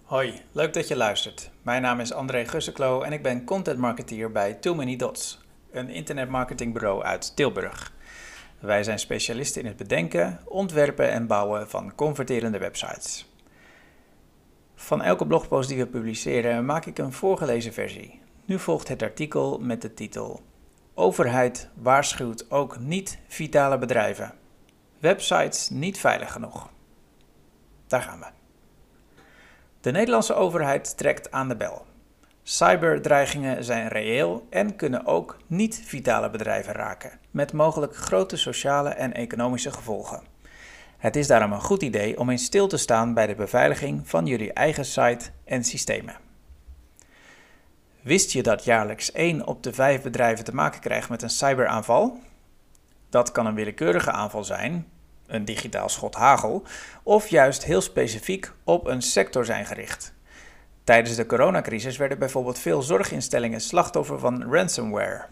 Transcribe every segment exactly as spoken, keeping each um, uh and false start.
Hoi, leuk dat je luistert. Mijn naam is André Gusseklo en ik ben content marketeer bij Too Many Dots, een internetmarketingbureau uit Tilburg. Wij zijn specialisten in het bedenken, ontwerpen en bouwen van converterende websites. Van elke blogpost die we publiceren maak ik een voorgelezen versie. Nu volgt het artikel met de titel Overheid waarschuwt ook niet-vitale bedrijven. Websites niet veilig genoeg. Daar gaan we. De Nederlandse overheid trekt aan de bel. Cyberdreigingen zijn reëel en kunnen ook niet-vitale bedrijven raken, met mogelijk grote sociale en economische gevolgen. Het is daarom een goed idee om eens stil te staan bij de beveiliging van jullie eigen site en systemen. Wist je dat jaarlijks één op de vijf bedrijven te maken krijgt met een cyberaanval? Dat kan een willekeurige aanval zijn, een digitaal schot hagel, of juist heel specifiek op een sector zijn gericht. Tijdens de coronacrisis werden bijvoorbeeld veel zorginstellingen slachtoffer van ransomware.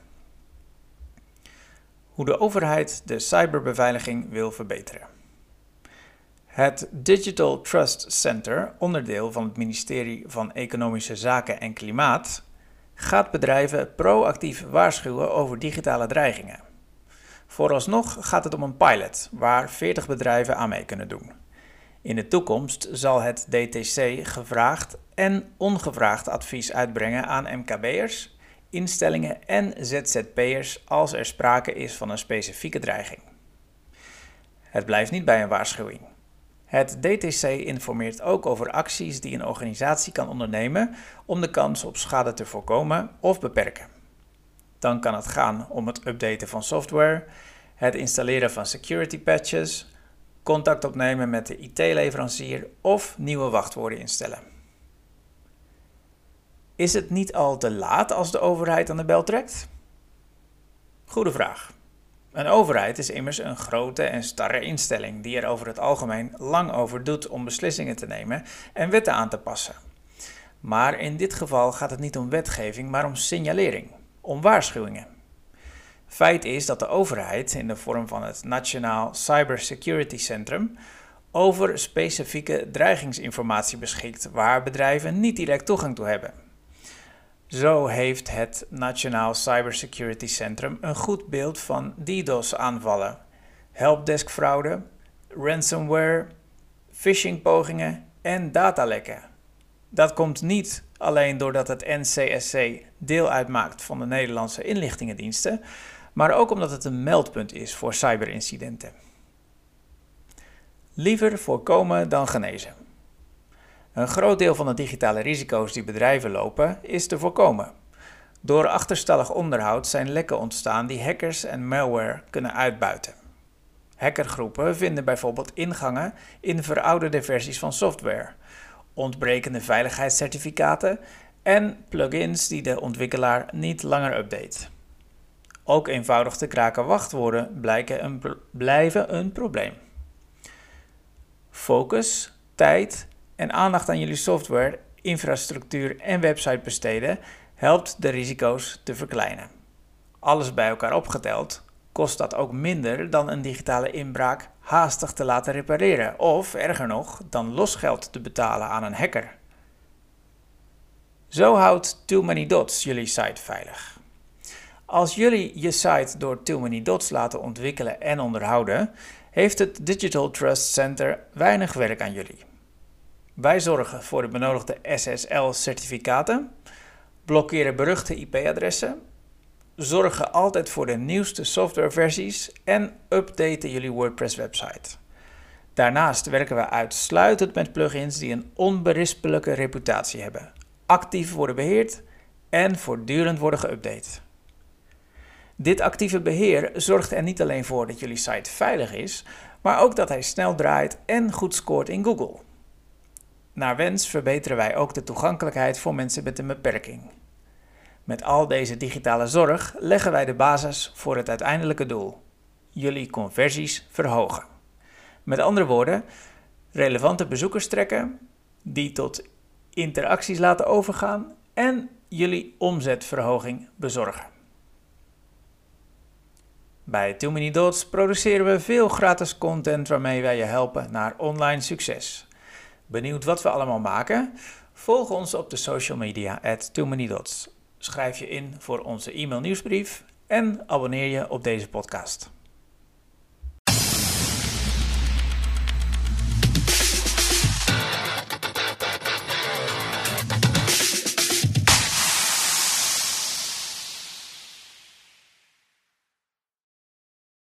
Hoe de overheid de cyberbeveiliging wil verbeteren. Het Digital Trust Center, onderdeel van het ministerie van Economische Zaken en Klimaat, gaat bedrijven proactief waarschuwen over digitale dreigingen. Vooralsnog gaat het om een pilot, waar veertig bedrijven aan mee kunnen doen. In de toekomst zal het D T C gevraagd en ongevraagd advies uitbrengen aan M K B'ers, instellingen en Z Z P'ers als er sprake is van een specifieke dreiging. Het blijft niet bij een waarschuwing. Het D T C informeert ook over acties die een organisatie kan ondernemen om de kans op schade te voorkomen of beperken. Dan kan het gaan om het updaten van software, het installeren van security patches, contact opnemen met de I T-leverancier of nieuwe wachtwoorden instellen. Is het niet al te laat als de overheid aan de bel trekt? Goede vraag. Een overheid is immers een grote en starre instelling die er over het algemeen lang over doet om beslissingen te nemen en wetten aan te passen. Maar in dit geval gaat het niet om wetgeving, maar om signalering, om waarschuwingen. Feit is dat de overheid in de vorm van het Nationaal Cybersecurity Centrum over specifieke dreigingsinformatie beschikt waar bedrijven niet direct toegang toe hebben. Zo heeft het Nationaal Cybersecurity Centrum een goed beeld van DDoS-aanvallen, helpdesk-fraude, ransomware, phishingpogingen en datalekken. Dat komt niet alleen doordat het N C S C deel uitmaakt van de Nederlandse inlichtingendiensten, maar ook omdat het een meldpunt is voor cyberincidenten. Liever voorkomen dan genezen. Een groot deel van de digitale risico's die bedrijven lopen is te voorkomen. Door achterstallig onderhoud zijn lekken ontstaan die hackers en malware kunnen uitbuiten. Hackergroepen vinden bijvoorbeeld ingangen in verouderde versies van software, ontbrekende veiligheidscertificaten en plugins die de ontwikkelaar niet langer update. Ook eenvoudig te kraken wachtwoorden blijken een pro- blijven een probleem. Focus, tijd en aandacht aan jullie software, infrastructuur en website besteden helpt de risico's te verkleinen. Alles bij elkaar opgeteld kost dat ook minder dan een digitale inbraak haastig te laten repareren of, erger nog, dan losgeld te betalen aan een hacker. Zo houdt Too Many Dots jullie site veilig. Als jullie je site door Too Many Dots laten ontwikkelen en onderhouden, heeft het Digital Trust Center weinig werk aan jullie. Wij zorgen voor de benodigde S S L-certificaten, blokkeren beruchte I P-adressen, zorgen altijd voor de nieuwste softwareversies en updaten jullie WordPress-website. Daarnaast werken we uitsluitend met plugins die een onberispelijke reputatie hebben, actief worden beheerd en voortdurend worden geüpdate. Dit actieve beheer zorgt er niet alleen voor dat jullie site veilig is, maar ook dat hij snel draait en goed scoort in Google. Naar wens verbeteren wij ook de toegankelijkheid voor mensen met een beperking. Met al deze digitale zorg leggen wij de basis voor het uiteindelijke doel: jullie conversies verhogen. Met andere woorden, relevante bezoekers trekken, die tot interacties laten overgaan en jullie omzetverhoging bezorgen. Bij Too Many Dots produceren we veel gratis content waarmee wij je helpen naar online succes. Benieuwd wat we allemaal maken? Volg ons op de social media at too many dots. Schrijf je in voor onze e-mail nieuwsbrief en abonneer je op deze podcast.